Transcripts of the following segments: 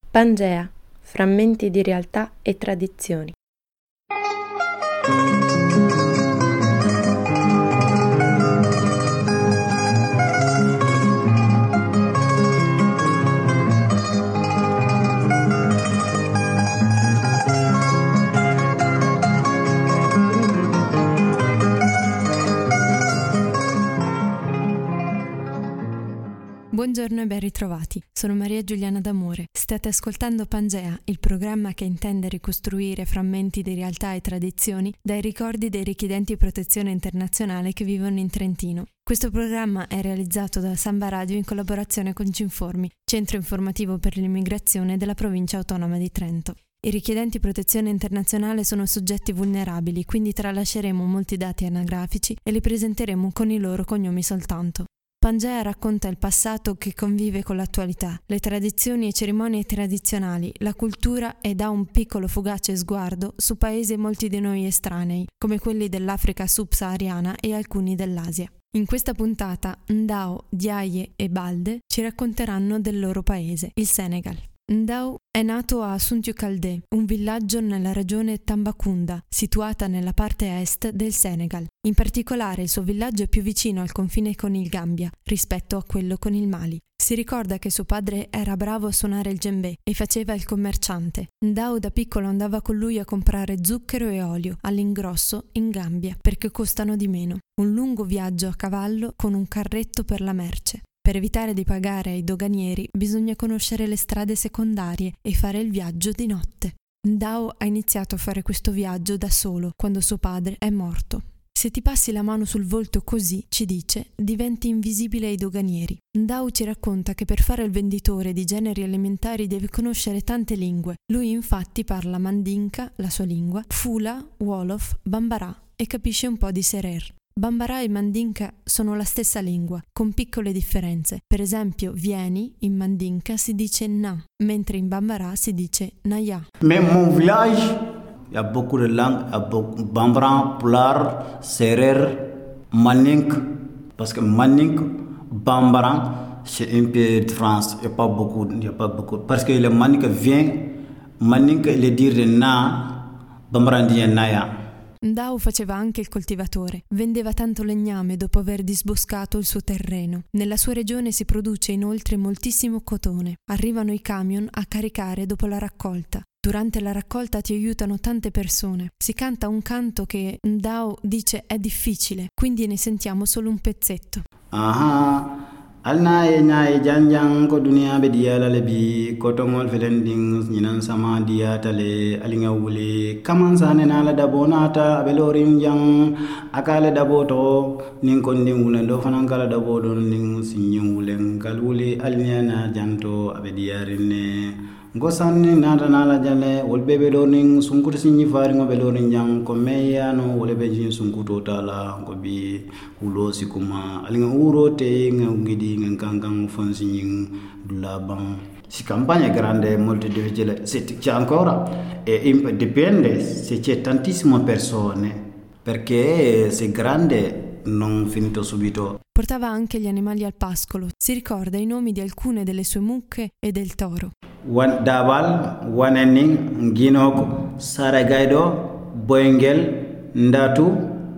Pangea, frammenti di realtà e tradizioni. Buongiorno e ben ritrovati, sono Maria Giuliana D'Amore. State ascoltando Pangea, il programma che intende ricostruire frammenti di realtà e tradizioni dai ricordi dei richiedenti protezione internazionale che vivono in Trentino. Questo programma è realizzato da Samba Radio in collaborazione con Cinformi, centro informativo per l'immigrazione della provincia autonoma di Trento. I richiedenti protezione internazionale sono soggetti vulnerabili, quindi tralasceremo molti dati anagrafici e li presenteremo con i loro cognomi soltanto. Pangea racconta il passato che convive con l'attualità, le tradizioni e cerimonie tradizionali, la cultura e dà un piccolo fugace sguardo su paesi molti di noi estranei, come quelli dell'Africa subsahariana e alcuni dell'Asia. In questa puntata Ndao, Diaye e Balde ci racconteranno del loro paese, il Senegal. Ndao è nato a Suntiu Kaldé, un villaggio nella regione Tambacounda, situata nella parte est del Senegal. In particolare il suo villaggio è più vicino al confine con il Gambia rispetto a quello con il Mali. Si ricorda che suo padre era bravo a suonare il djembé e faceva il commerciante. Ndao da piccolo andava con lui a comprare zucchero e olio all'ingrosso in Gambia perché costano di meno. Un lungo viaggio a cavallo con un carretto per la merce. Per evitare di pagare ai doganieri bisogna conoscere le strade secondarie e fare il viaggio di notte. Ndao ha iniziato a fare questo viaggio da solo quando suo padre è morto. Se ti passi la mano sul volto così, ci dice, diventi invisibile ai doganieri. Ndao ci racconta che per fare il venditore di generi alimentari deve conoscere tante lingue. Lui infatti parla mandinka, la sua lingua, fula, wolof, bambara e capisce un po' di serer. Bambara e Mandinka sono la stessa lingua, con piccole differenze. Per esempio, vieni in Mandinka si dice na, mentre in Bambara si dice naya. Même mon village, il y a beaucoup de langues, il y a beaucoup Bambara, Pulaar, Serer, Mandink, parce que Mandink, Bambara, c'est un peu de différence, il n'y a pas beaucoup, parce que le Mandink vient, Mandink il dire de na, Bambara dit naya. Ndao faceva anche il coltivatore, vendeva tanto legname dopo aver disboscato il suo terreno. Nella sua regione si produce inoltre moltissimo cotone. Arrivano i camion a caricare dopo la raccolta. Durante la raccolta ti aiutano tante persone. Si canta un canto che Ndao dice è difficile, quindi ne sentiamo solo un pezzetto. Alnaye nyaye janjang ko duniya be diyala le bi ko tongol felending nyinan sama diyatale alinga wuli kaman sane nala dabonata abelorim jang akale daboto nin kon din wulen do fanan kala dabodo nin sinyin wulen kal wuli alnyana janto abe diyarine gosanni nata nala jale wol bebe do nin sunkuto sinyi fari ngo be lorin jang ko meyano wole be jin sunkuto tala ko bi wulo sikuma alinga urote ngidi ngangang fonsi nyin dulaban si campagna grande molto difficile se c'è ancora e dipende se c'è tantissime persone perché se grande non finito subito. Portava anche gli animali al pascolo. Si ricorda i nomi di alcune delle sue mucche e del toro. Dabal, Wanening, Ginok, Saragaido, Boengel, Ndatu,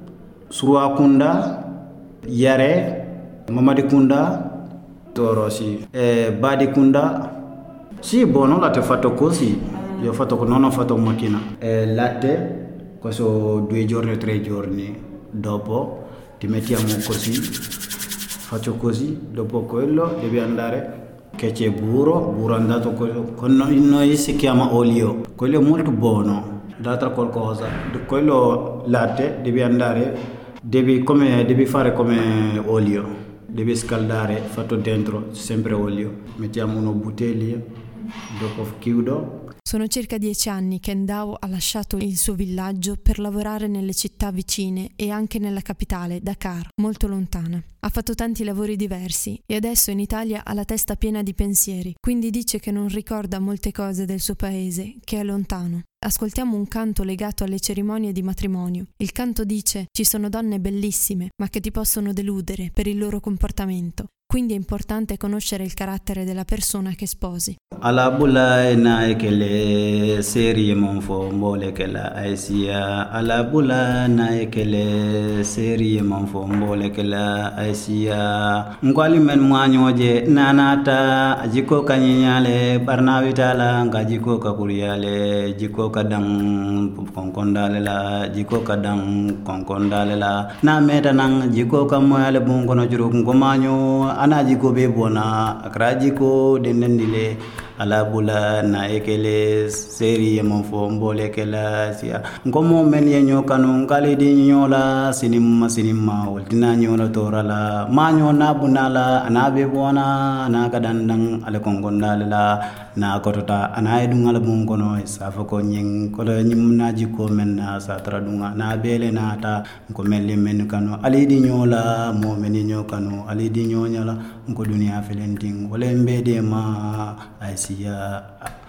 Surwakunda, Yare, Mamadikunda, Toro sì, Badikunda. Sì, buono, l'ho fatto così. Io ho fatto, non ho fatto macchina. Latte, questo 2 giorni o 3 giorni dopo, ti mettiamo così, faccio così, dopo quello devi andare. Che c'è burro andato con noi si chiama olio, quello è molto buono. L'altra qualcosa, quello latte devi andare, devi fare come olio, devi scaldare, fatto dentro sempre olio. Mettiamo una bottiglia, dopo chiudo. Sono circa 10 anni che Ndao ha lasciato il suo villaggio per lavorare nelle città vicine e anche nella capitale, Dakar, molto lontana. Ha fatto tanti lavori diversi e adesso in Italia ha la testa piena di pensieri, quindi dice che non ricorda molte cose del suo paese, che è lontano. Ascoltiamo un canto legato alle cerimonie di matrimonio. Il canto dice: ci sono donne bellissime, ma che ti possono deludere per il loro comportamento. quindi è importante conoscere il carattere della persona che sposi. Ala bula na ekele seri monfo mbole kela aisia. Ala bula na ekele seri monfo mbole kela aisia. Nkwali men mwanyoje nanata jiko kanyinyale barnawitala nga jiko kakuriale jiko kadang konkondale la jiko kadang konkondale la na meta nang jiko kamoyale bungono juru ngomanyo ana jiko be bona akra jiko denendile ala bula na ekele seri monfo mbole kela sia ngomo men yenyo kanu kali di nyola sinimma ultina nyola torala manyo na bunala anabe bona na kadandang ale kongondala la na kotota ana edunga la bungono safa ko nyin ko nyimna jiko men na satra dunga na bele na ta ko melli men kanu ali di nyola mo men nyo kanu ali di nyonyala ko dunia felenting wala mbede ma ya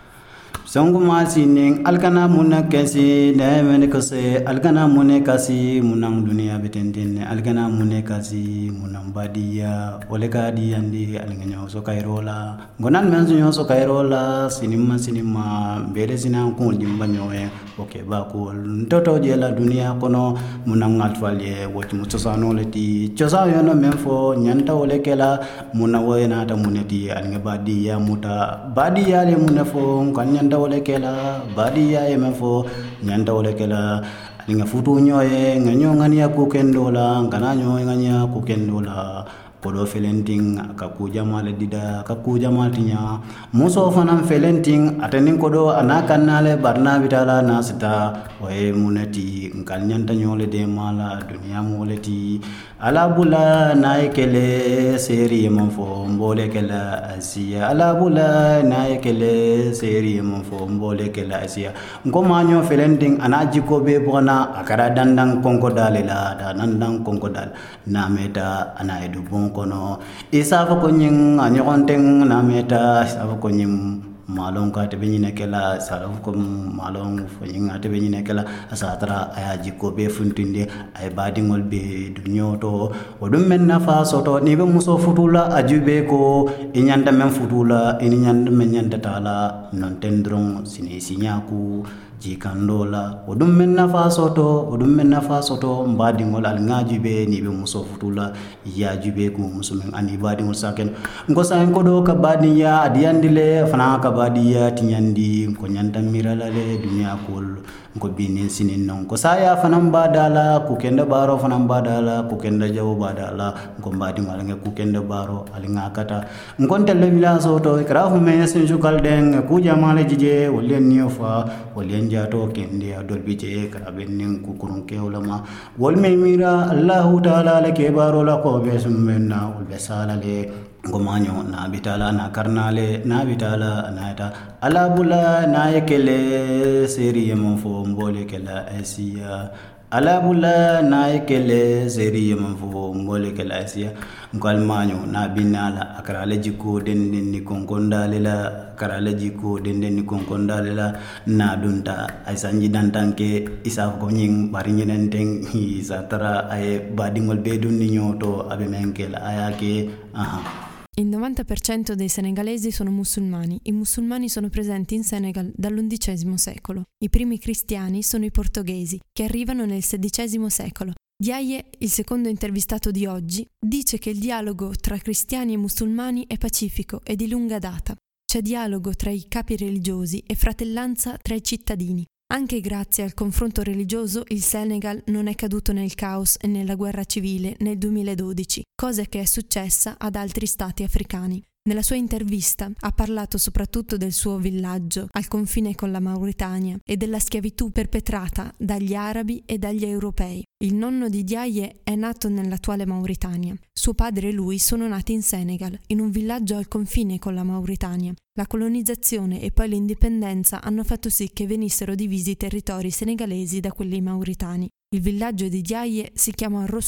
songu masinin alkana muna kasi daimene kase alkana mune kasi munang dunia betendin alkana mune kasi munang badia ole kadi andi alnganya so kairola gonan menzo so kairola sinima bere sinan ko dimbanyoe oke ba ko toto jela dunia kono munang altwale woti mutosano leti chosa yono memfo nyanta ole kela munawe na ta muneti alnga badia muta badia le munafo kan nyanta wole kela badia yemefo nyanda wole kela linga futu nyoye nganyo ngania kukendola ngananyo ngania kukendola kodo felenting akakuja male dida akakuja matinya muso fanam felenting atenin kodo anakanale barna bitala nasita wae munati nganyanta nyole de mala dunia moleti ala bula naikele seri monfo mbole kala asia ala bula naikele seri monfo mbole kala asia ngomanyo felenting anajiko be bona akara dandang konko dalela da dandang konko dal nameta ana edu kono isafa ko nyin anyonteng na meta isafa ko nyin malong ka tebe nyine kala salaf ko malong fo nyin tebe nyine kala asatra aya jikko be funtinde ay badingol be dunyoto odum men nafa soto ni be muso futula ajube ko inyanda men futula inyanda men nyanda tala non tendron sini sinyaku jikandola odum men nafa soto mbadingol al ngajube ni be muso futula ya jube ko muso men ani badingol saken ngo san ko do ka badiya adiandile fana ka badiya tinyandi ko nyanda miralale dunya kol ko binin sinin non ko saya fana badala ku kenda baro fana badala ku kenda jaw badala ko mbadingol nge ku kenda baro al ngakata ngonte le vila soto krafu men sen jukal den ku jamale jije wolen nyofa wolen jato kende dolbi je karabenin kukurun ke ulama wal mira allah taala le ke baro la ko be summenna wal besala le gomanyo na bitala na karnale na bitala naita ala bula na yekele seri monfo mbole kala asia ala bula na yekele seri monfo mbole kala asia ngalmanyo na binala akrale jiko denden ni konkondale la karale jiko denden ni konkondale la na dunta ay sanji dantanke isa ko nyin bari nyinen teng isa tara ay badingol bedun ni nyoto abe menkel ayake Il 90% dei senegalesi sono musulmani. I musulmani sono presenti in Senegal dall'XI secolo. I primi cristiani sono i portoghesi, che arrivano nel XVI secolo. Diaye, il secondo intervistato di oggi, dice che il dialogo tra cristiani e musulmani è pacifico e di lunga data. C'è dialogo tra i capi religiosi e fratellanza tra i cittadini. Anche grazie al confronto religioso il Senegal non è caduto nel caos e nella guerra civile nel 2012, cosa che è successa ad altri stati africani. Nella sua intervista ha parlato soprattutto del suo villaggio al confine con la Mauritania e della schiavitù perpetrata dagli arabi e dagli europei. Il nonno di Diaye è nato nell'attuale Mauritania. Suo padre e lui sono nati in Senegal, in un villaggio al confine con la Mauritania. La colonizzazione e poi l'indipendenza hanno fatto sì che venissero divisi i territori senegalesi da quelli mauritani. Il villaggio di Diaye si chiama Rosso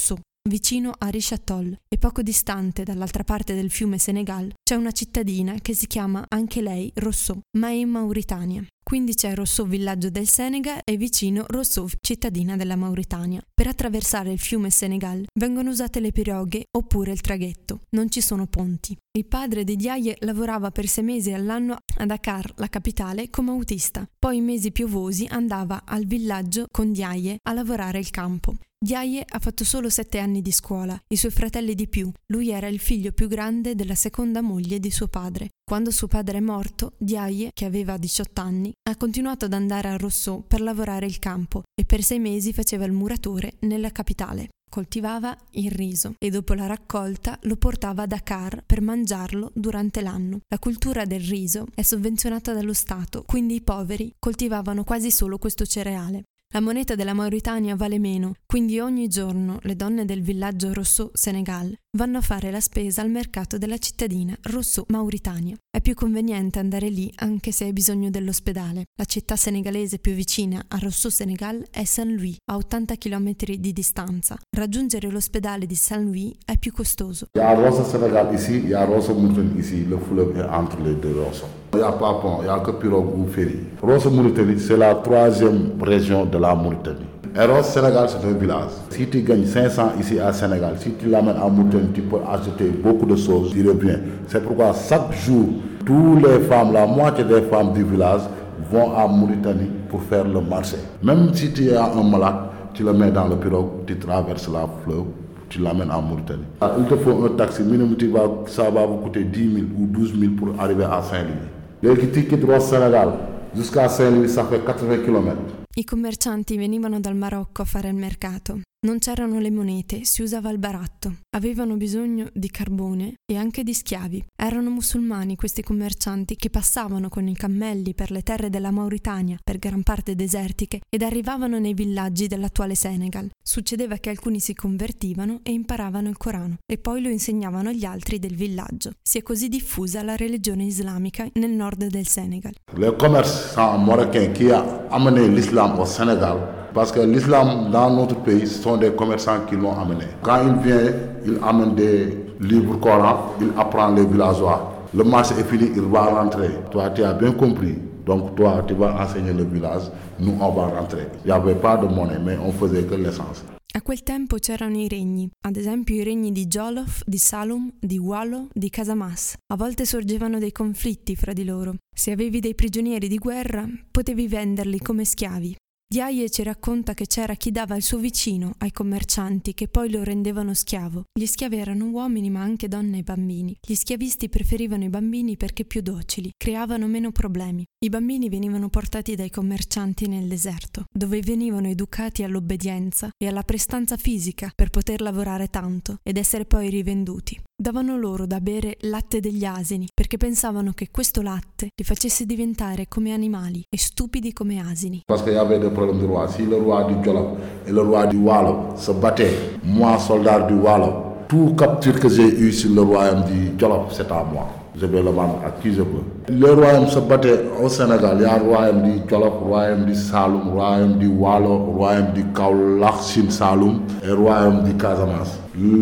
vicino a Richatol, e poco distante dall'altra parte del fiume Senegal c'è una cittadina che si chiama anche lei Rosso, ma è in Mauritania. Quindi c'è Rosso, villaggio del Senegal, e vicino Rosso, cittadina della Mauritania. Per attraversare il fiume Senegal vengono usate le piroghe oppure il traghetto. Non ci sono ponti. Il padre di Diaye lavorava per 6 mesi all'anno a Dakar, la capitale, come autista. Poi in mesi piovosi andava al villaggio con Diaye a lavorare il campo. Diaye ha fatto solo 7 anni di scuola, i suoi fratelli di più. Lui era il figlio più grande della seconda moglie di suo padre. Quando suo padre è morto, Diaye, che aveva 18 anni, ha continuato ad andare a Rosso per lavorare il campo e per 6 mesi faceva il muratore nella capitale. Coltivava il riso e dopo la raccolta lo portava a Dakar per mangiarlo durante l'anno. La cultura del riso è sovvenzionata dallo Stato, quindi i poveri coltivavano quasi solo questo cereale. La moneta della Mauritania vale meno, quindi ogni giorno le donne del villaggio Rosso Senegal vanno a fare la spesa al mercato della cittadina Rosso Mauritania. È più conveniente andare lì anche se hai bisogno dell'ospedale. La città senegalese più vicina a Rosso Senegal è Saint-Louis, a 80 km di distanza. Raggiungere l'ospedale di Saint-Louis è più costoso. Il y a Rosso Senegal ici, il y a Rosso Mauritanie ici, le fleuve est entre les deux Rosso. Il n'y a pas pont, il n'y a que pirogue ou ferry. Rosso Mauritanie, c'est la 3e région de la Mauritanie. Et Rosso Sénégal, c'est un village. Si tu gagnes 500 ici à Sénégal, si tu l'amènes à Mauritanie, tu peux acheter beaucoup de choses, tu reviens. C'est pourquoi chaque jour, toutes les femmes, la moitié des femmes du village vont à Mauritanie pour faire le marché. Même si tu as un malade, tu le mets dans le pirogue, tu traverses la fleuve, tu l'amènes en Mauritanie. Il te faut un taxi, minimum ça va vous coûter 10 000 ou 12 000 pour arriver à Saint-Louis. Les qui quittent Rosso Sénégal jusqu'à Saint-Louis, ça fait 80 km. I commercianti venivano dal Marocco a fare il mercato. Non c'erano le monete, si usava il baratto. Avevano bisogno di carbone e anche di schiavi. Erano musulmani questi commercianti che passavano con i cammelli per le terre della Mauritania, per gran parte desertiche, ed arrivavano nei villaggi dell'attuale Senegal. Succedeva che alcuni si convertivano e imparavano il Corano e poi lo insegnavano agli altri del villaggio. Si è così diffusa la religione islamica nel nord del Senegal. Le commerçants marocains qui a amené l'islam au Sénégal, parce que l'islam dans notre pays, ce sont des commerçants qui l'ont amené. Quand il vient, il amène des livres Coran, il apprend les villageois. Le marché est fini, il va rentrer. Toi, tu as bien compris. Donc toi, tu vas enseigner le village, nous, on va rentrer. Il n'y avait pas de monnaie, mais on faisait que l'essence. A quel tempo c'erano i regni, ad esempio i regni di Jolof, di Saloum, di Waalo, di Casamas. A volte sorgevano dei conflitti fra di loro. Se avevi dei prigionieri di guerra, potevi venderli come schiavi. Diaye ci racconta che c'era chi dava il suo vicino ai commercianti che poi lo rendevano schiavo. Gli schiavi erano uomini ma anche donne e bambini. Gli schiavisti preferivano i bambini perché più docili, creavano meno problemi. I bambini venivano portati dai commercianti nel deserto, dove venivano educati all'obbedienza e alla prestanza fisica per poter lavorare tanto ed essere poi rivenduti. Davano loro da bere latte degli asini perché pensavano che questo latte li facesse diventare come animali e stupidi come asini. Parce qu'il y avait des problèmes de roi. Si le roi du Jolof et le roi du Waalo se battaient, moi, soldat du Waalo, tout capture que j'ai eu sur le royaume du Jolof, c'est à moi. Je vais le vendre à qui je peux. Le royaume se battait au Sénégal. Il y a le royaume du Jolof, le royaume du Saloum, le royaume du Waalo, le royaume du Kaolack, Sine Saloum et le royaume du Casamance.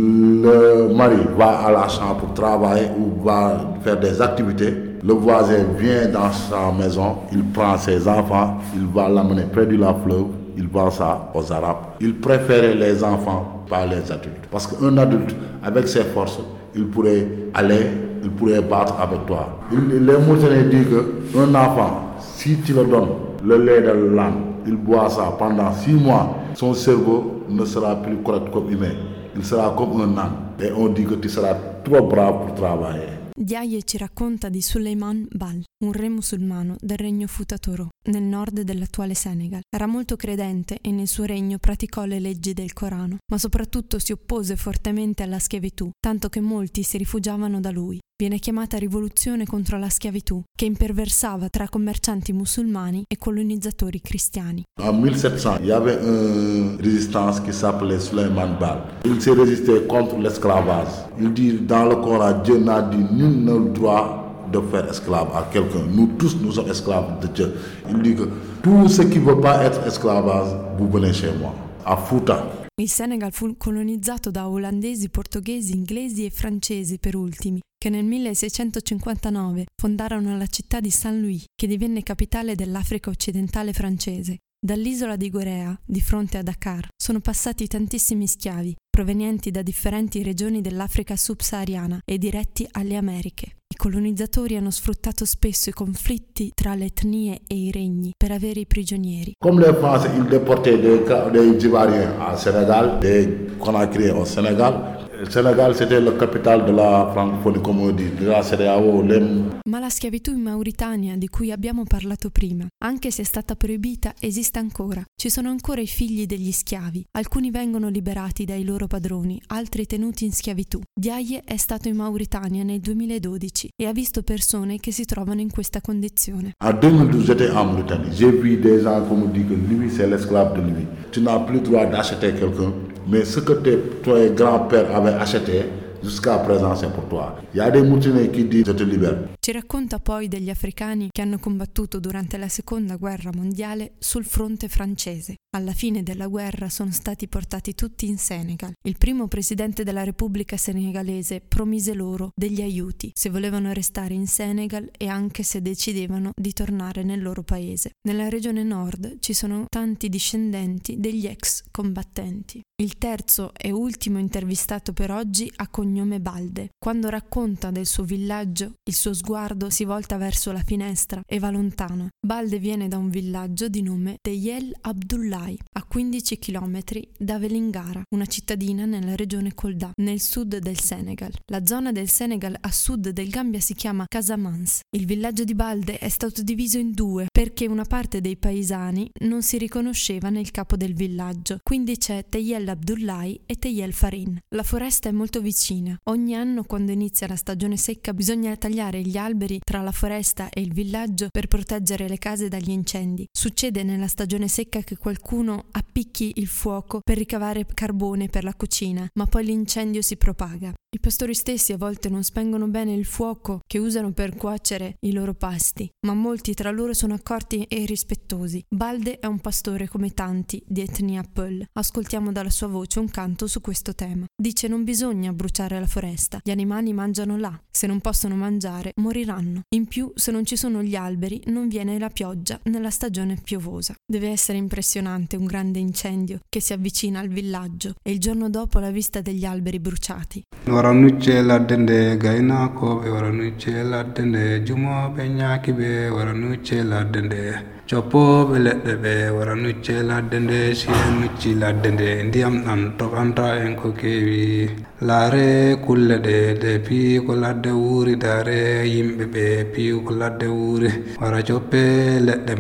Le mari va à la chambre pour travailler ou va faire des activités. Le voisin vient dans sa maison, il prend ses enfants, il va l'amener près de la fleuve, il vend ça aux Arabes. Il préférait les enfants par les adultes. Parce qu'un adulte, avec ses forces, il pourrait aller, il pourrait battre avec toi. Les Mauritaniens disent qu'un enfant, si tu le donnes le lait de l'âne, il boit ça pendant 6 mois, son cerveau ne sera plus correct comme humain. Il sera comme un âne. Et on dit que tu seras trop brave pour travailler. Diaye ci racconta di Suleiman Bal, un re musulmano del regno Futatoro, nel nord dell'attuale Senegal. Era molto credente e nel suo regno praticò le leggi del Corano, ma soprattutto si oppose fortemente alla schiavitù, tanto che molti si rifugiavano da lui. Viene chiamata rivoluzione contro la schiavitù, che imperversava tra commercianti musulmani e colonizzatori cristiani. En 1700, il y avait une résistance qui s'appelait Suleiman Bal. Il s'est résisté contre l'esclavage. Il dit dans le Coran, Dieu n'a dit nul n'a le droit de faire esclave à quelqu'un. Nous tous, nous sommes esclaves de Dieu. Il dit que tout ce qui ne veut pas être esclavage, vous venez chez moi. À Fouta, Il Senegal fu colonizzato da olandesi, portoghesi, inglesi e francesi per ultimi, che nel 1659 fondarono la città di Saint-Louis, che divenne capitale dell'Africa occidentale francese. Dall'isola di Guinea, di fronte a Dakar, sono passati tantissimi schiavi, provenienti da differenti regioni dell'Africa subsahariana e diretti alle Americhe. I colonizzatori hanno sfruttato spesso i conflitti tra le etnie e i regni per avere i prigionieri. Comme les Français, ils déportaient des Ivoiriens au Sénégal, des Conakry au Sénégal. Il Senegal c'était la capitale de la francophonie, come on dit, de la CEDEAO. Ma la schiavitù in Mauritania, di cui abbiamo parlato prima, anche se è stata proibita, esiste ancora. Ci sono ancora i figli degli schiavi. Alcuni vengono liberati dai loro padroni, altri tenuti in schiavitù. Diaye è stato in Mauritania nel 2012 e ha visto persone che si trovano in questa condizione. En 2012, j'étais en Mauritanie. J'ai vu des gens qui me disent que lui, c'est l'esclave de lui. Tu n'as plus le droit d'acheter quelqu'un, mais ce que ton grand-père avait acheté, jusqu'à présent c'est pour toi. Il y a des Mauritaniens qui disent je te libère. Ci racconta poi degli africani che hanno combattuto durante la Seconda Guerra Mondiale sul fronte francese. Alla fine della guerra sono stati portati tutti in Senegal. Il primo presidente della Repubblica senegalese promise loro degli aiuti se volevano restare in Senegal e anche se decidevano di tornare nel loro paese. Nella regione nord ci sono tanti discendenti degli ex combattenti. Il terzo e ultimo intervistato per oggi ha cognome Balde. Quando racconta del suo villaggio, il suo sguardo si volta verso la finestra e va lontano. Balde viene da un villaggio di nome Teyel Abdoulaye, a 15 km da Vélingara, una cittadina nella regione Kolda, nel sud del Senegal. La zona del Senegal a sud del Gambia si chiama Casamance. Il villaggio di Balde è stato diviso in due perché una parte dei paesani non si riconosceva nel capo del villaggio, quindi c'è Teyel Abdoulaye e Teyel Farin. La foresta è molto vicina. Ogni anno, quando inizia la stagione secca, bisogna tagliare gli alberi tra la foresta e il villaggio per proteggere le case dagli incendi. Succede nella stagione secca che qualcuno appicchi il fuoco per ricavare carbone per la cucina, ma poi l'incendio si propaga. I pastori stessi a volte non spengono bene il fuoco che usano per cuocere i loro pasti, ma molti tra loro sono accorti e rispettosi. Balde è un pastore come tanti di etnia Peul. Ascoltiamo dalla sua voce un canto su questo tema. Dice: non bisogna bruciare la foresta, gli animali mangiano là, se non possono mangiare moriranno. In più, se non ci sono gli alberi non viene la pioggia nella stagione piovosa. Deve essere impressionante un grande incendio che si avvicina al villaggio e il giorno dopo la vista degli alberi bruciati. waranu ladde nde gaynaakoɓe waranu ladde nde jumoɓe ñaakiɓe waranu ladde nde coppoɓe leɗɗe ɓe waranu ladde nde siyen nucci ladde nde ndiyam ɗam toɓanta en ko keewi laare kulle ɗe pii ko ladde wuuri daare yimɓe ɓe pii ko ladde wuuri wara coppe leɗɗe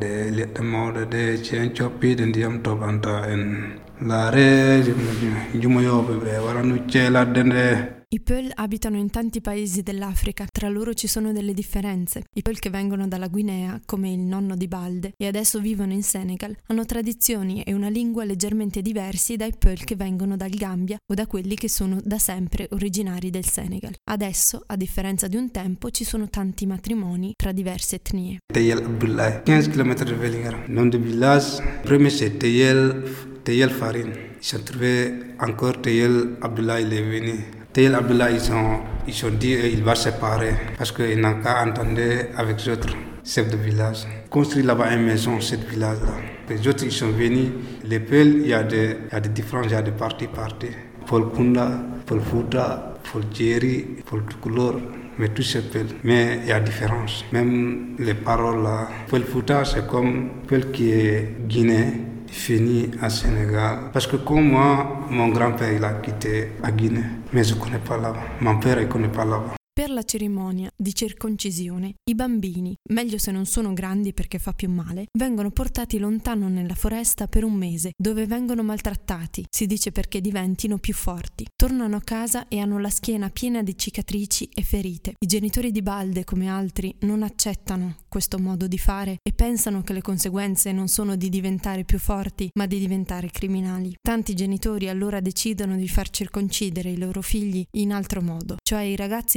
mawɗe ɗe cien coppiɗe ndiyam toɓanta en laare jumoyoɓe ɓe waranu ladde nde. I Peul abitano in tanti paesi dell'Africa, tra loro ci sono delle differenze. I Peul che vengono dalla Guinea, come il nonno di Balde, e adesso vivono in Senegal, hanno tradizioni e una lingua leggermente diversi dai Peul che vengono dal Gambia o da quelli che sono da sempre originari del Senegal. Adesso, a differenza di un tempo, ci sono tanti matrimoni tra diverse etnie. Teyel Abdoulaye, 15 km de Vélingara. Nom de village, premier c'est Teyel Farin. Ils sont trouvés encore Teyel Abdoulaye les venus. Teyel Abdoulaye, ils sont dit qu'il va séparer parce qu'ils n'ont qu'à entendre avec les autres chefs de village. Construire là-bas une maison, cette village-là. Les autres, ils sont venus. Les Peul, il y a des différences, il y a des parties. Paul Kunda, Paul Fouta, Paul Djeri, Paul Tukulor. Mais tout se Peul. Mais il y a différence. Même les paroles là. Paul Fouta, c'est comme Peul qui est guinéen. Fini à Sénégal. Parce que comme moi, mon grand-père il a quitté à Guinée, mais je ne connais pas là-bas. Mon père ne connaît pas là-bas. Per la cerimonia di circoncisione, i bambini, meglio se non sono grandi perché fa più male, vengono portati lontano nella foresta per un mese, dove vengono maltrattati, si dice perché diventino più forti. Tornano a casa e hanno la schiena piena di cicatrici e ferite. I genitori di Balde, come altri, non accettano questo modo di fare e pensano che le conseguenze non sono di diventare più forti, ma di diventare criminali. Tanti genitori allora decidono di far circoncidere i loro figli in altro modo, cioè i ragazzi vanno nella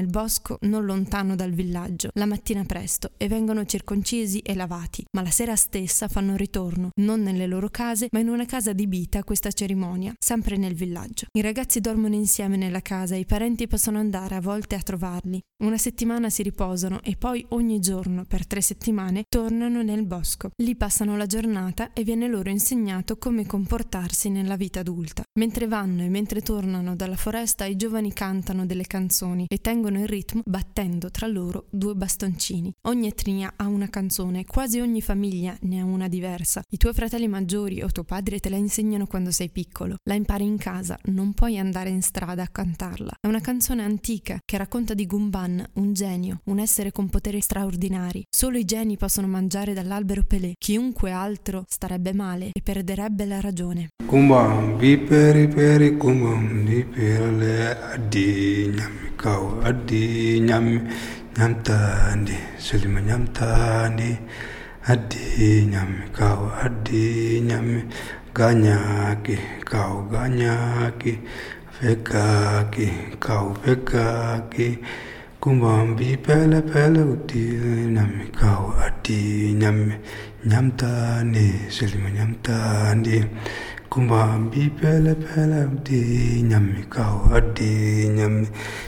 nel bosco non lontano dal villaggio la mattina presto e vengono circoncisi e lavati, ma la sera stessa fanno ritorno, non nelle loro case, ma in una casa adibita a questa cerimonia, sempre nel villaggio. I ragazzi dormono insieme nella casa e i parenti possono andare a volte a trovarli. Una settimana si riposano e poi ogni giorno, per 3 settimane, tornano nel bosco. Lì passano la giornata e viene loro insegnato come comportarsi nella vita adulta. Mentre vanno e mentre tornano dalla foresta, i giovani cantano delle canzoni e tengono il ritmo battendo tra loro 2 bastoncini. Ogni etnia ha una canzone, quasi ogni famiglia ne ha una diversa. I tuoi fratelli maggiori o tuo padre te la insegnano quando sei piccolo. La impari in casa, non puoi andare in strada a cantarla. È una canzone antica che racconta di Gumban, un genio, un essere con poteri straordinari. Solo i geni possono mangiare dall'albero Pelé. Chiunque altro starebbe male e perderebbe la ragione. Kumbam bi peri peri kumbam di perle addi nyami kau addi nyami nyamtandi selima nyamtandi addi nyami kau addi nyami ganyaki kau ganyaki fekaki kau fekaki kumbam bi pele pele uddi nyami kau addi nyami nyamtandi selima nyamtandi kumbam bi pele pele uddi nyami kau addi nyami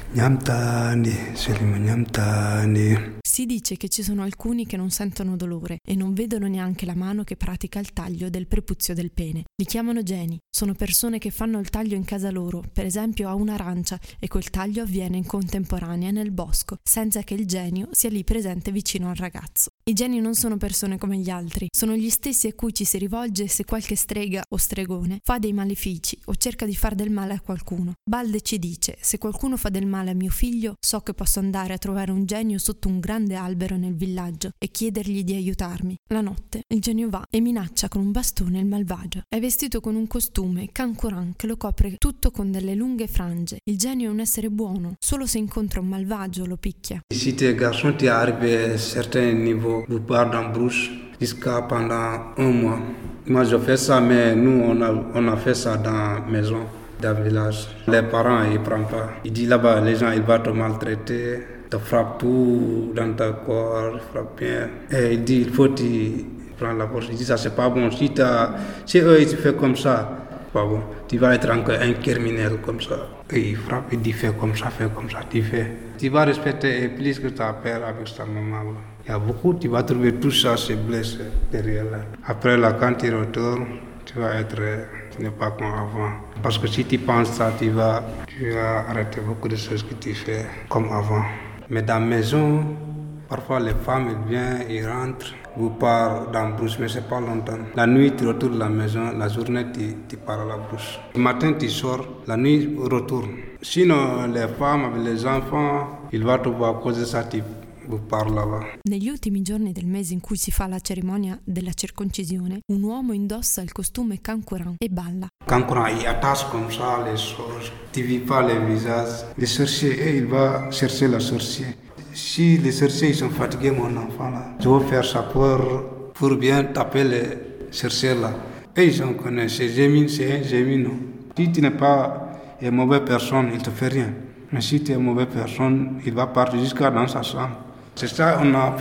nyamtandi selima nyamtandi. Si dice che ci sono alcuni che non sentono dolore e non vedono neanche la mano che pratica il taglio del prepuzio del pene. Li chiamano geni. Sono persone che fanno il taglio in casa loro, per esempio a un'arancia, e quel taglio avviene in contemporanea nel bosco, senza che il genio sia lì presente vicino al ragazzo. I geni non sono persone come gli altri, sono gli stessi a cui ci si rivolge se qualche strega o stregone fa dei malefici o cerca di far del male a qualcuno. Balde ci dice: se qualcuno fa del male a mio figlio, so che posso andare a trovare un genio sotto un grande albero nel villaggio e chiedergli di aiutarmi. La notte il genio va e minaccia con un bastone il malvagio. È vestito con un costume kankuran che lo copre tutto con delle lunghe frange. Il genio è un essere buono, solo se incontra un malvagio lo picchia. Si tes garçons t'es arrivé à un certain niveau, vous partez dans brousse jusqu'à pendant 1 mois. Moi je fais ça, mais nous on a fait ça dans la maison, dans le village. Les parents ils prennent pas. Ils disent là-bas les gens ils vont te maltraiter, te frappent tout dans ta corps, frappent bien. Et il dit il faut tu prendre la force. Il dit ça c'est pas bon. Si eux ils te font comme ça, pas bon. Tu vas être encore un criminel comme ça. Et il frappe, il dit fais comme ça, tu fais. Tu vas respecter plus que ta père avec ta maman. Il y a beaucoup, tu vas trouver tout ça, c'est blessé derrière là. Après là, quand tu retournes, tu n'es pas comme avant. Parce que si tu penses ça, tu vas arrêter beaucoup de choses que tu fais comme avant. Mais dans la maison, parfois les femmes elles viennent, ils rentrent, vous partent dans la brousse, mais c'est pas longtemps. La nuit, tu retournes à la maison, la journée, tu pars à la brousse. Le matin, tu sors, la nuit, retourne. Sinon, les femmes avec les enfants, ils vont te voir à cause de ça, vous parlez là-bas. Negli ultimi giorni del mese in cui si fa la cerimonia della circoncisione, un uomo indossa il costume kankuran e balla. Kankuran, il attache comme ça les choses. Tu ne vis pas les visages. Les sorciers, il va chercher la sorcière. Si les sorciers ils sont fatigués, mon enfant là, je vais faire ça pour bien taper les sorciers là. Et ils ont connu, c'est un gémine, non. Si tu n'es pas une mauvaise personne, il ne te fait rien. Mais si tu es une mauvaise personne, il va partir jusqu'à dans sa chambre. C'est ça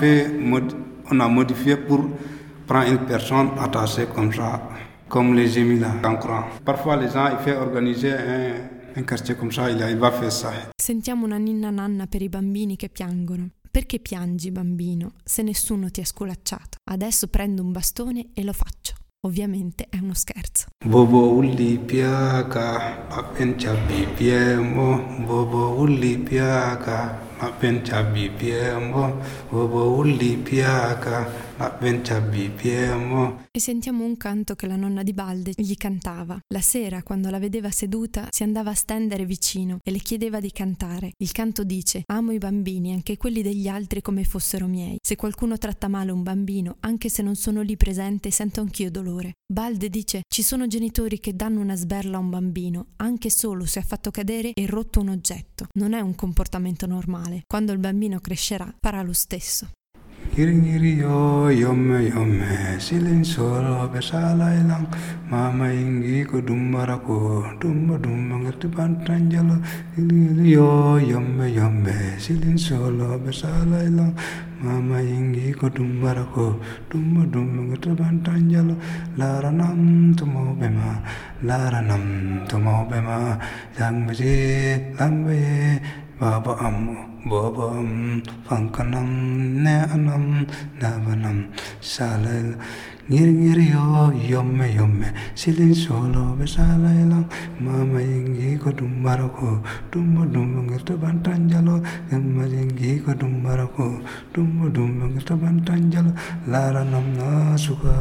on a modifié pour prendre une personne attachée comme ça, comme les gémines là, en courant. Parfois les gens ils font organiser un quartier come ça, il va faire ça. Sentiamo una ninna nanna per i bambini che piangono. Perché piangi, bambino, se nessuno ti ha sculacciato? Adesso prendo un bastone e lo faccio. Ovviamente è uno scherzo. Bobo ulli piaka, papen chabi piemo, bobo ulli piaka, papen chabi piemo, bobo ulli piaka, papen chabi piemo. E sentiamo un canto che la nonna di Balde gli cantava. La sera, quando la vedeva seduta, si andava a stendere vicino e le chiedeva di cantare. Il canto dice: amo i bambini, anche quelli degli altri come fossero miei. Se qualcuno tratta male un bambino, anche se non sono lì presente, sento anch'io dolore. Balde dice: ci sono genitori che danno una sberla a un bambino, anche solo se ha fatto cadere e rotto un oggetto. Non è un comportamento normale. Quando il bambino crescerà, farà lo stesso. Ngiri yo yomme silin solo besala ilang mama ingi ko dumbara ko dumba ngerti pantanjalo ngiri yo yomme silin solo besala ilang mama ingi ko dumbara ko dumba ngerti pantanjalo laranam tumo bema lambe baba am fankanam ne anam navanam salal ngiri yo yomme silin solo besala ilang mama ingi ko dumbara ko dumba ngerti bantanjalo mama ingi ko dumbara ko dumba ngerti bantanjalo laranam no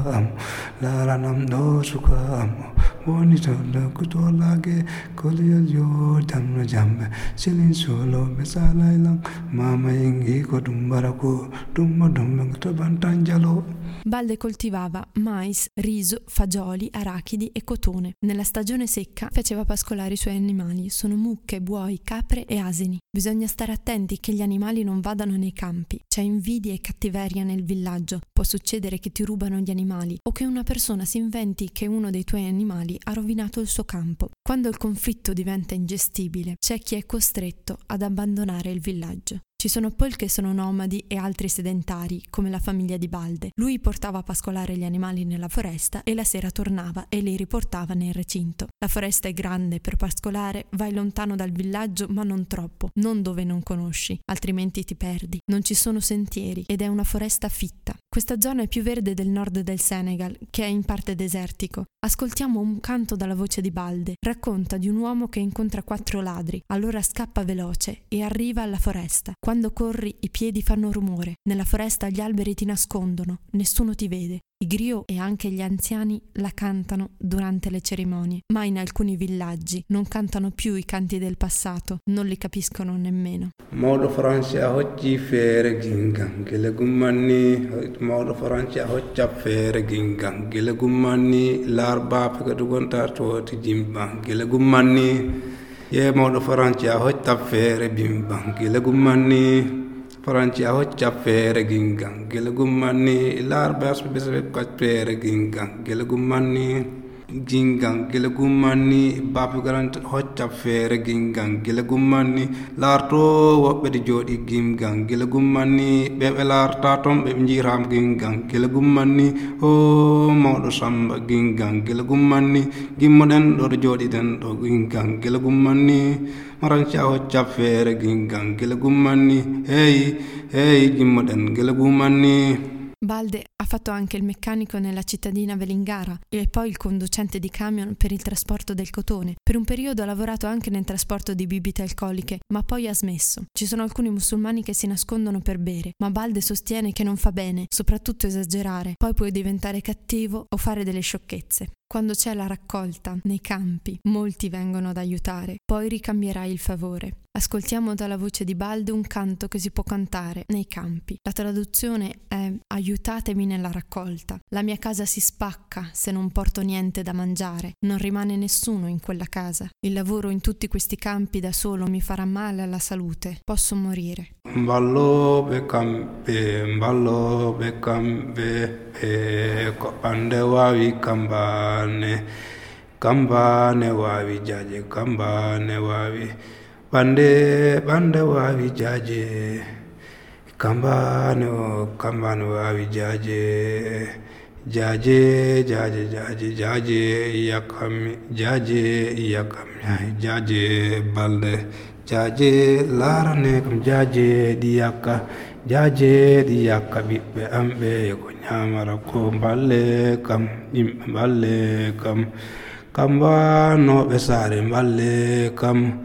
suka am Boni tola kutolage kolya yo damna jambe silin solo besala ilang mama ingi ko dumbara ko dumba bantanjalo. Balde coltivava mais, riso, fagioli, arachidi e cotone. Nella stagione secca faceva pascolare i suoi animali, sono mucche, buoi, capre e asini. Bisogna stare attenti che gli animali non vadano nei campi. C'è invidia e cattiveria nel villaggio. Può succedere che ti rubano gli animali o che una persona si inventi che uno dei tuoi animali ha rovinato il suo campo. Quando il conflitto diventa ingestibile, c'è chi è costretto ad abbandonare il villaggio. Ci sono poi che sono nomadi e altri sedentari, come la famiglia di Balde. Lui portava a pascolare gli animali nella foresta e la sera tornava e li riportava nel recinto. La foresta è grande, per pascolare vai lontano dal villaggio ma non troppo, non dove non conosci, altrimenti ti perdi. Non ci sono sentieri ed è una foresta fitta. Questa zona è più verde del nord del Senegal, che è in parte desertico. Ascoltiamo un canto dalla voce di Balde. Racconta di un uomo che incontra 4 ladri, allora scappa veloce e arriva alla foresta. Quando corri i piedi fanno rumore, nella foresta gli alberi ti nascondono, nessuno ti vede. I griot e anche gli anziani la cantano durante le cerimonie, ma in alcuni villaggi non cantano più i canti del passato, non li capiscono nemmeno. Modo Francia hocci fere gingan gele gummanni modo Francia hoccia fere gingan gele gummanni larba pega dugonta toti jimba gele gummanni ye modo Francia hocca fere bimba gele gummanni Franci a hocca fere gingan gele gummanni larba asbe fere gingan gele gummanni gingan gele gummanni babu garant hocca fere gingan gele gummanni larto wobbe di jodi gingan gele gummanni bebe larta tom be jiram gingan gele gummanni o mawdo samba gingan gele gummanni gimmoden do jodi den do gingan gele gummanni Maranci a hocca fere gingan gele gummanni hey gimmoden gele gummanni. Balde ha fatto anche il meccanico nella cittadina Velingara e poi il conducente di camion per il trasporto del cotone. Per un periodo ha lavorato anche nel trasporto di bibite alcoliche, ma poi ha smesso. Ci sono alcuni musulmani che si nascondono per bere, ma Balde sostiene che non fa bene, soprattutto esagerare. Poi puoi diventare cattivo o fare delle sciocchezze. Quando c'è la raccolta nei campi, molti vengono ad aiutare, poi ricambierai il favore. Ascoltiamo dalla voce di Balde un canto che si può cantare nei campi. La traduzione è: aiutatemi nella raccolta. La mia casa si spacca se non porto niente da mangiare. Non rimane nessuno in quella casa. Il lavoro in tutti questi campi da solo mi farà male alla salute. Posso morire. Ballo be kambe ko ande wawi kambane wawi jaje kambane wawi bande wawi jaje kambane wawi jaje yakami jaje balde jaje larane kam jaje di yakka ɓiɓɓe amɓe ko ñamara ko balle kam yimɓe balle kam kambanoɓe saare balle kam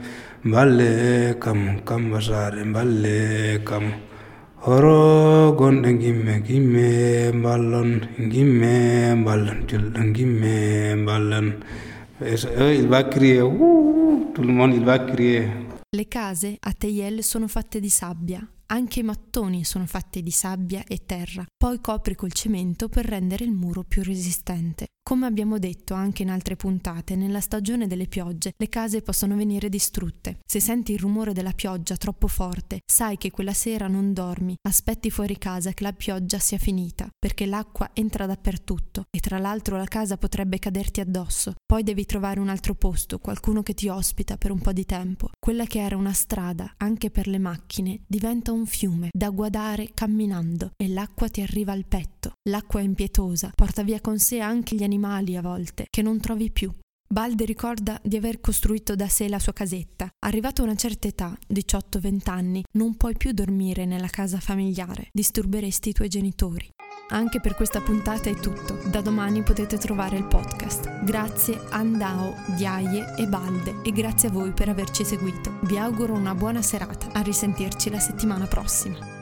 kamba saare balle kam horo gonɗe gimme ballon julɗo gimme ballon. Il va crier, tout le monde il va crier. Le case a Teyel sono fatte di sabbia. Anche i mattoni sono fatti di sabbia e terra, poi copri col cemento per rendere il muro più resistente. Come abbiamo detto anche in altre puntate, nella stagione delle piogge le case possono venire distrutte. Se senti il rumore della pioggia troppo forte, sai che quella sera non dormi, aspetti fuori casa che la pioggia sia finita, perché l'acqua entra dappertutto e tra l'altro la casa potrebbe caderti addosso. Poi devi trovare un altro posto, qualcuno che ti ospita per un po' di tempo. Quella che era una strada, anche per le macchine, diventa un fiume da guardare camminando e l'acqua ti arriva al petto. L'acqua è impietosa, porta via con sé anche gli animali a volte, che non trovi più. Balde ricorda di aver costruito da sé la sua casetta. Arrivato a una certa età, 18-20 anni, non puoi più dormire nella casa familiare, disturberesti i tuoi genitori. Anche per questa puntata è tutto. Da domani potete trovare il podcast. Grazie a Andao, Diaye e Balde e grazie a voi per averci seguito. Vi auguro una buona serata. A risentirci la settimana prossima.